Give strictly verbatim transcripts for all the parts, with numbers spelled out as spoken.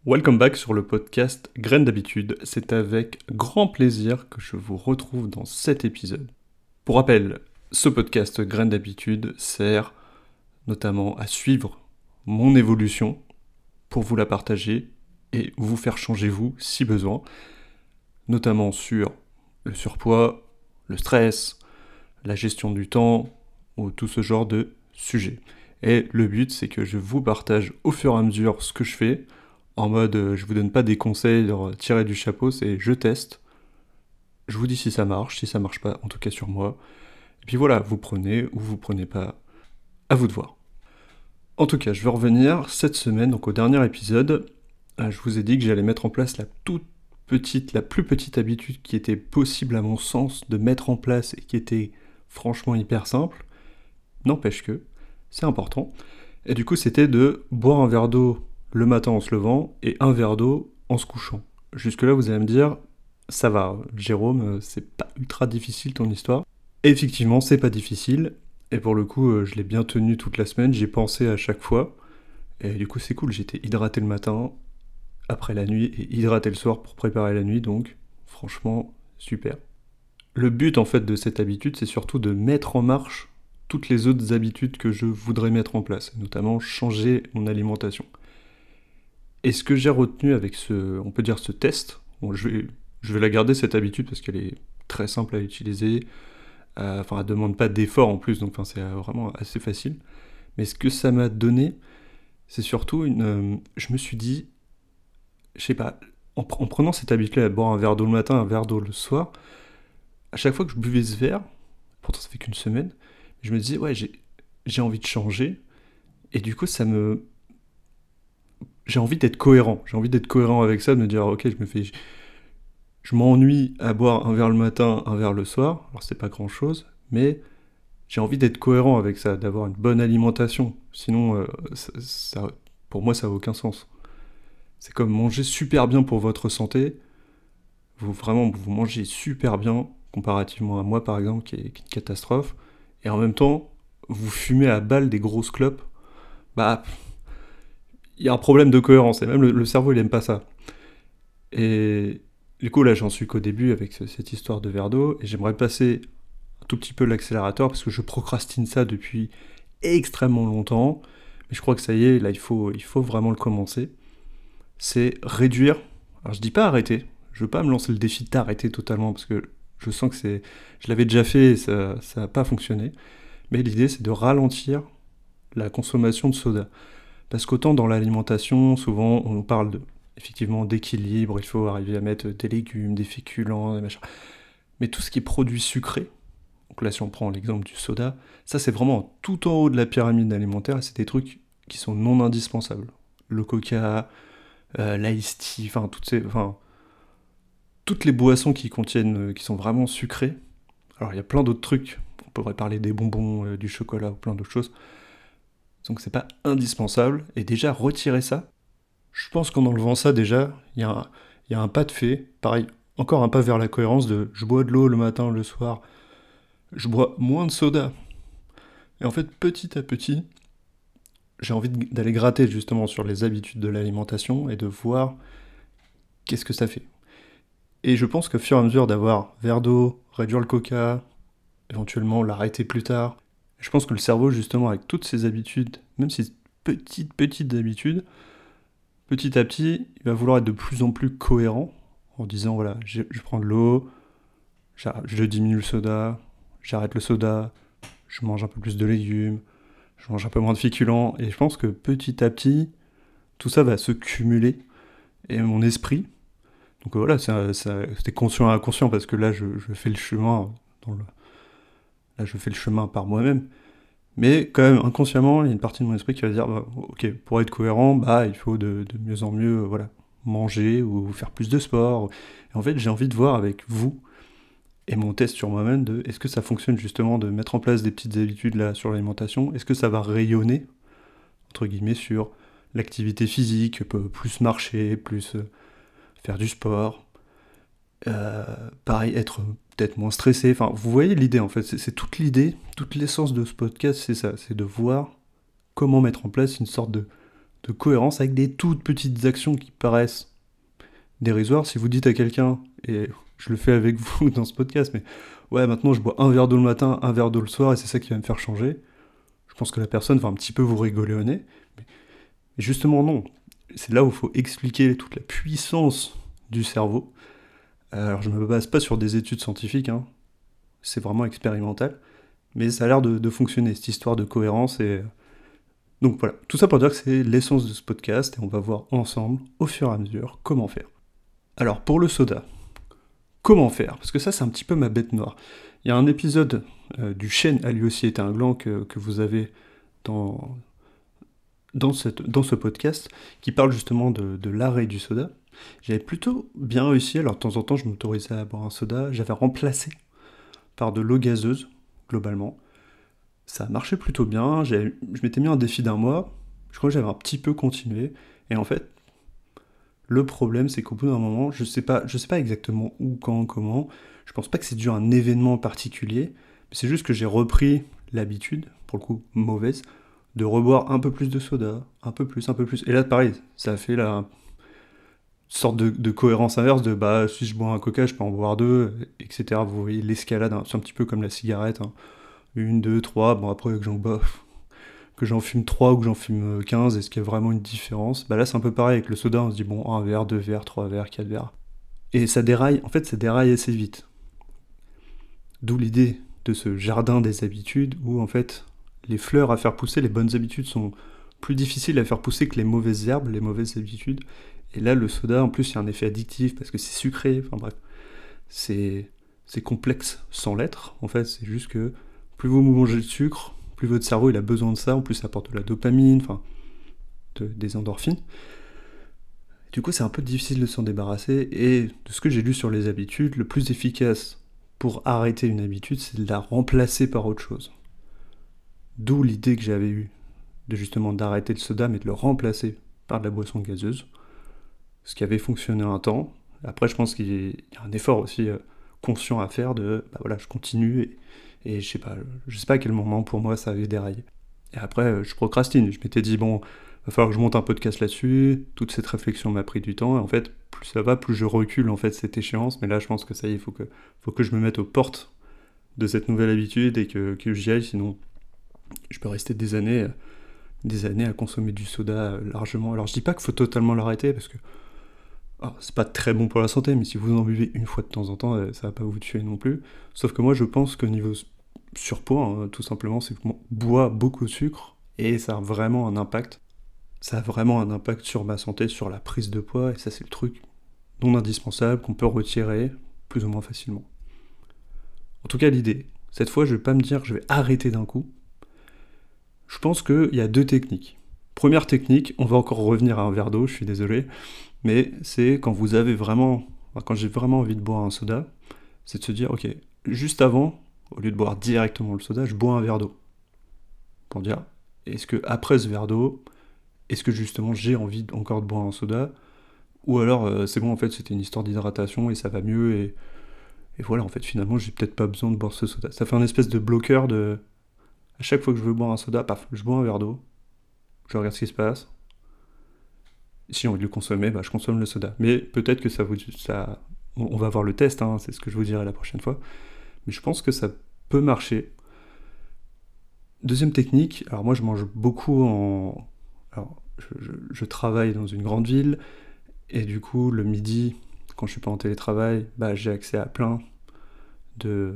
Welcome back sur le podcast Graines d'habitude. C'est avec grand plaisir que je vous retrouve dans cet épisode. Pour rappel, ce podcast Graines d'habitude sert notamment à suivre mon évolution pour vous la partager et vous faire changer vous si besoin, notamment sur le surpoids, le stress, la gestion du temps ou tout ce genre de sujets. Et le but, c'est que je vous partage au fur et à mesure ce que je fais, en mode euh, je vous donne pas des conseils, genre tirer du chapeau, c'est je teste, je vous dis si ça marche, si ça marche pas, en tout cas sur moi. Et puis voilà, vous prenez ou vous prenez pas, à vous de voir. En tout cas, je vais revenir cette semaine, donc au dernier épisode, euh, je vous ai dit que j'allais mettre en place la toute petite, la plus petite habitude qui était possible à mon sens de mettre en place et qui était franchement hyper simple. N'empêche que, c'est important. Et du coup, c'était de boire un verre d'eau le matin en se levant et un verre d'eau en se couchant. Jusque-là, vous allez me dire, ça va, Jérôme, c'est pas ultra difficile ton histoire. Et effectivement, c'est pas difficile. Et pour le coup, je l'ai bien tenu toute la semaine, j'y ai pensé à chaque fois. Et du coup, c'est cool, j'étais hydraté le matin, après la nuit, et hydraté le soir pour préparer la nuit, donc franchement, super. Le but en fait de cette habitude, c'est surtout de mettre en marche toutes les autres habitudes que je voudrais mettre en place, notamment changer mon alimentation. Et ce que j'ai retenu avec ce, on peut dire ce test, bon, je, vais, je vais la garder cette habitude parce qu'elle est très simple à utiliser, euh, enfin elle demande pas d'effort en plus, donc enfin, c'est vraiment assez facile. Mais ce que ça m'a donné, c'est surtout une, euh, je me suis dit, je sais pas, en, en prenant cette habitude à boire un verre d'eau le matin, un verre d'eau le soir, à chaque fois que je buvais ce verre, pourtant ça fait qu'une semaine, je me disais ouais j'ai, j'ai envie de changer, et du coup ça me, j'ai envie d'être cohérent, j'ai envie d'être cohérent avec ça, de me dire ok je me fais, je m'ennuie à boire un verre le matin, un verre le soir, alors c'est pas grand chose, mais j'ai envie d'être cohérent avec ça, d'avoir une bonne alimentation, sinon euh, ça, ça, pour moi ça n'a aucun sens. C'est comme manger super bien pour votre santé, vous vraiment vous mangez super bien, comparativement à moi par exemple qui est, qui est une catastrophe, et en même temps vous fumez à balle des grosses clopes, bah il y a un problème de cohérence, et même le, le cerveau il aime pas ça. Et du coup là j'en suis qu'au début avec ce, cette histoire de verre d'eau, et j'aimerais passer un tout petit peu l'accélérateur parce que je procrastine ça depuis extrêmement longtemps, mais je crois que ça y est, là il faut, il faut vraiment le commencer. C'est réduire, alors je dis pas arrêter, je veux pas me lancer le défi d'arrêter totalement parce que je sens que c'est, je l'avais déjà fait et ça n'a pas fonctionné, mais l'idée c'est de ralentir la consommation de soda. Parce qu'autant dans l'alimentation, souvent on nous parle de, effectivement d'équilibre, il faut arriver à mettre des légumes, des féculents, des machins. Mais tout ce qui est produit sucré, donc là si on prend l'exemple du soda, ça c'est vraiment tout en haut de la pyramide alimentaire et c'est des trucs qui sont non indispensables. Le coca, euh, l'ice tea, enfin toutes ces, enfin toutes les boissons qui contiennent, euh, qui sont vraiment sucrées. Alors il y a plein d'autres trucs, on pourrait parler des bonbons, euh, du chocolat ou plein d'autres choses. Donc c'est pas indispensable, et déjà retirer ça, je pense qu'en enlevant ça déjà, il y, y a un pas de fait, pareil, encore un pas vers la cohérence de je bois de l'eau le matin, le soir, je bois moins de soda. Et en fait petit à petit, j'ai envie d'aller gratter justement sur les habitudes de l'alimentation et de voir qu'est-ce que ça fait. Et je pense qu'au fur et à mesure d'avoir verre d'eau, réduire le coca, éventuellement l'arrêter plus tard, je pense que le cerveau, justement, avec toutes ces habitudes, même ces petites, petites habitudes, petit à petit, il va vouloir être de plus en plus cohérent, en disant, voilà, je, je prends de l'eau, je diminue le soda, j'arrête le soda, je mange un peu plus de légumes, je mange un peu moins de féculents, et je pense que petit à petit, tout ça va se cumuler, et mon esprit, donc voilà, ça, ça, c'était conscient et inconscient, parce que là, je, je fais le chemin dans le... Là, je fais le chemin par moi-même. Mais quand même, inconsciemment, il y a une partie de mon esprit qui va dire, bah, ok, pour être cohérent, bah, il faut de, de mieux en mieux, euh, voilà, manger ou faire plus de sport. Et en fait, j'ai envie de voir avec vous et mon test sur moi-même de, est-ce que ça fonctionne justement de mettre en place des petites habitudes là sur l'alimentation? Est-ce que ça va rayonner, entre guillemets, sur l'activité physique, plus marcher, plus euh, faire du sport, euh, pareil, être peut-être moins stressé, enfin, vous voyez l'idée en fait, c'est, c'est toute l'idée, toute l'essence de ce podcast, c'est ça, c'est de voir comment mettre en place une sorte de, de cohérence avec des toutes petites actions qui paraissent dérisoires. Si vous dites à quelqu'un, et je le fais avec vous dans ce podcast, mais ouais, maintenant je bois un verre d'eau le matin, un verre d'eau le soir, et c'est ça qui va me faire changer, je pense que la personne va un petit peu vous rigoler au nez. Mais justement, non. C'est là où il faut expliquer toute la puissance du cerveau. Alors, je ne me base pas sur des études scientifiques, hein. C'est vraiment expérimental. Mais ça a l'air de, de fonctionner, cette histoire de cohérence. Et... Donc voilà, tout ça pour dire que c'est l'essence de ce podcast, et on va voir ensemble, au fur et à mesure, comment faire. Alors, pour le soda, comment faire ? Parce que ça, c'est un petit peu ma bête noire. Il y a un épisode euh, du chêne a lui aussi été un gland que, que vous avez dans, dans, cette, dans ce podcast, qui parle justement de, de l'arrêt du soda. J'avais plutôt bien réussi, alors de temps en temps je m'autorisais à boire un soda, j'avais remplacé par de l'eau gazeuse, globalement. Ça a marché plutôt bien, j'avais, je m'étais mis un défi d'un mois, je crois que j'avais un petit peu continué, et en fait, le problème c'est qu'au bout d'un moment, je sais pas, je sais pas exactement où, quand, comment, je pense pas que c'est dû à un événement particulier, mais c'est juste que j'ai repris l'habitude, pour le coup mauvaise, de reboire un peu plus de soda, un peu plus, un peu plus, et là pareil, ça a fait la... sorte de, de cohérence inverse de bah si je bois un coca je peux en boire deux, et cetera. Vous voyez l'escalade, hein. C'est un petit peu comme la cigarette, hein. Une, deux, trois, bon après que j'en bois, que j'en fume trois ou que j'en fume quinze, est-ce qu'il y a vraiment une différence ? Bah là c'est un peu pareil avec le soda, on se dit bon un verre, deux verres, trois verres, quatre verres. Et ça déraille, en fait ça déraille assez vite. D'où l'idée de ce jardin des habitudes où en fait les fleurs à faire pousser, les bonnes habitudes sont plus difficiles à faire pousser que les mauvaises herbes, les mauvaises habitudes. Et là, le soda, en plus, il y a un effet addictif parce que c'est sucré. Enfin bref, c'est, c'est complexe sans l'être. En fait, c'est juste que plus vous mangez de sucre, plus votre cerveau il a besoin de ça. En plus, ça apporte de la dopamine, enfin, de, des endorphines. Du coup, c'est un peu difficile de s'en débarrasser. Et de ce que j'ai lu sur les habitudes, le plus efficace pour arrêter une habitude, c'est de la remplacer par autre chose. D'où l'idée que j'avais eue de justement d'arrêter le soda, mais de le remplacer par de la boisson gazeuse. Ce qui avait fonctionné un temps. Après, je pense qu'il y a un effort aussi euh, conscient à faire de, bah voilà, je continue et, et je sais pas, je sais pas à quel moment pour moi ça avait déraillé. Et après, euh, je procrastine. Je m'étais dit bon, va falloir que je monte un podcast là-dessus. Toute cette réflexion m'a pris du temps et en fait, plus ça va, plus je recule en fait cette échéance. Mais là, je pense que ça y est, il faut que, faut que je me mette aux portes de cette nouvelle habitude et que, que j'y aille. Sinon, je peux rester des années, des années à consommer du soda largement. Alors, je dis pas qu'il faut totalement l'arrêter parce que alors, c'est pas très bon pour la santé, mais si vous en buvez une fois de temps en temps, euh, ça va pas vous tuer non plus. Sauf que moi, je pense que niveau surpoids, hein, tout simplement, c'est que moi, bois beaucoup de sucre, et ça a vraiment un impact. Ça a vraiment un impact sur ma santé, sur la prise de poids, et ça, c'est le truc non indispensable qu'on peut retirer plus ou moins facilement. En tout cas, l'idée, cette fois, je vais pas me dire que je vais arrêter d'un coup. Je pense qu'il y a deux techniques. Première technique, on va encore revenir à un verre d'eau, je suis désolé, mais c'est quand vous avez vraiment, quand j'ai vraiment envie de boire un soda, c'est de se dire, ok, juste avant, au lieu de boire directement le soda, je bois un verre d'eau. Pour dire, est-ce que après ce verre d'eau, est-ce que justement j'ai envie encore de boire un soda, ou alors euh, c'est bon, en fait c'était une histoire d'hydratation et ça va mieux, et, et voilà, en fait finalement j'ai peut-être pas besoin de boire ce soda. Ça fait un espèce de bloqueur de, à chaque fois que je veux boire un soda, paf, je bois un verre d'eau, je regarde ce qui se passe. Si j'ai envie de le consommer, bah, je consomme le soda. Mais peut-être que ça vous... Ça, on va voir le test, hein, c'est ce que je vous dirai la prochaine fois. Mais je pense que ça peut marcher. Deuxième technique, alors moi je mange beaucoup en... Alors, je, je, je travaille dans une grande ville, et du coup, le midi, quand je suis pas en télétravail, bah, j'ai accès à plein de...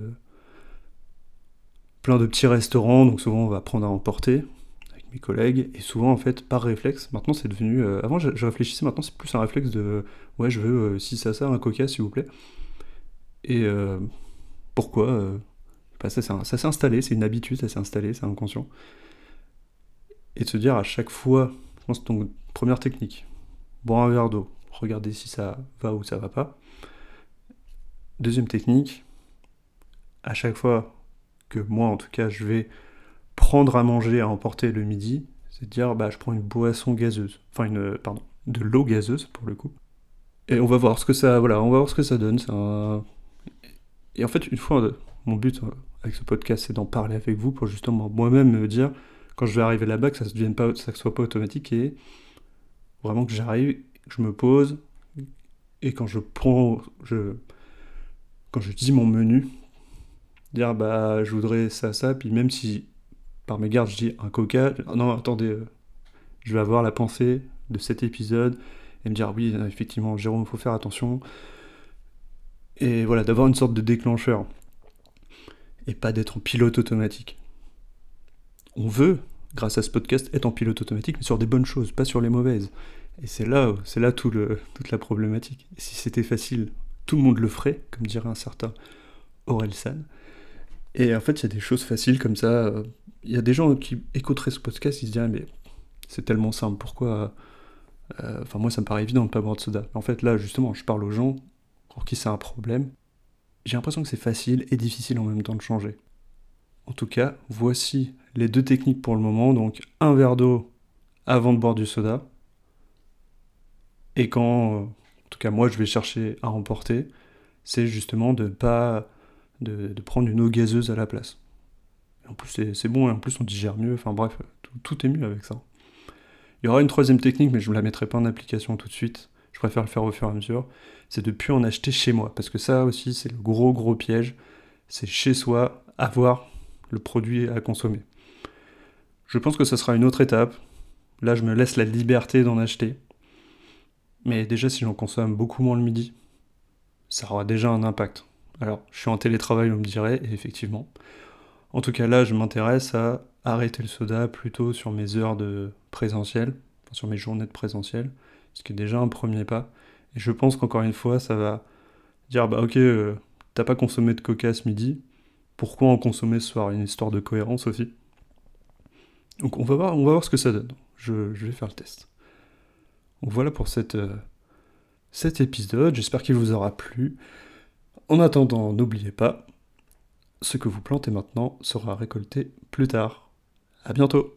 plein de petits restaurants, donc souvent on va prendre à emporter mes collègues, et souvent en fait par réflexe, maintenant c'est devenu, euh, avant je, je réfléchissais, maintenant c'est plus un réflexe de ouais je veux euh, si ça ça un coca s'il vous plaît, et euh, pourquoi euh, bah, ça, ça, ça s'est installé, c'est une habitude, ça s'est installé, c'est inconscient, et de se dire à chaque fois, je pense que ton première technique, boire un verre d'eau, regarder si ça va ou ça va pas. Deuxième technique, à chaque fois que moi en tout cas je vais prendre à manger à emporter le midi, c'est de dire bah je prends une boisson gazeuse, enfin une pardon, de l'eau gazeuse pour le coup. Et on va voir ce que ça voilà, on va voir ce que ça donne, c'est un... Et en fait, une fois mon but avec ce podcast c'est d'en parler avec vous pour justement moi-même me dire quand je vais arriver là-bas que ça se devienne pas ça soit pas automatique et vraiment que j'arrive, que je me pose, et quand je prends, je, quand je dis mon menu, dire bah je voudrais ça, ça, puis même si par mégarde je dis un coca, non attendez, euh, je vais avoir la pensée de cet épisode, et me dire oui effectivement Jérôme, il faut faire attention, et voilà, d'avoir une sorte de déclencheur, et pas d'être en pilote automatique. On veut, grâce à ce podcast, être en pilote automatique, mais sur des bonnes choses, pas sur les mauvaises. Et c'est là, c'est là tout le, toute la problématique. Et si c'était facile, tout le monde le ferait, comme dirait un certain Aurel San. Et en fait, il y a des choses faciles comme ça. Il y a des gens qui écouteraient ce podcast, ils se diraient, mais c'est tellement simple, pourquoi... euh, Enfin, moi, ça me paraît évident de ne pas boire de soda. En fait, là, justement, je parle aux gens pour qui c'est un problème. J'ai l'impression que c'est facile et difficile en même temps de changer. En tout cas, voici les deux techniques pour le moment. Donc, un verre d'eau avant de boire du soda. Et quand, euh, en tout cas, moi, je vais chercher à emporter, c'est justement de pas de, de prendre une eau gazeuse à la place. En plus, c'est, c'est bon, et en plus, on digère mieux. Enfin bref, tout, tout est mieux avec ça. Il y aura une troisième technique, mais je ne la mettrai pas en application tout de suite. Je préfère le faire au fur et à mesure. C'est de ne plus en acheter chez moi. Parce que ça aussi, c'est le gros, gros piège. C'est chez soi, avoir le produit à consommer. Je pense que ça sera une autre étape. Là, je me laisse la liberté d'en acheter. Mais déjà, si j'en consomme beaucoup moins le midi, ça aura déjà un impact. Alors, je suis en télétravail, on me dirait, et effectivement. En tout cas, là, je m'intéresse à arrêter le soda plutôt sur mes heures de présentiel, enfin, sur mes journées de présentiel, ce qui est déjà un premier pas. Et je pense qu'encore une fois, ça va dire, bah ok, euh, t'as pas consommé de coca ce midi, pourquoi en consommer ce soir? Une histoire de cohérence aussi. Donc on va voir, on va voir ce que ça donne. Je, je vais faire le test. Donc voilà pour cette, euh, cet épisode, j'espère qu'il vous aura plu. En attendant, n'oubliez pas, ce que vous plantez maintenant sera récolté plus tard. À bientôt!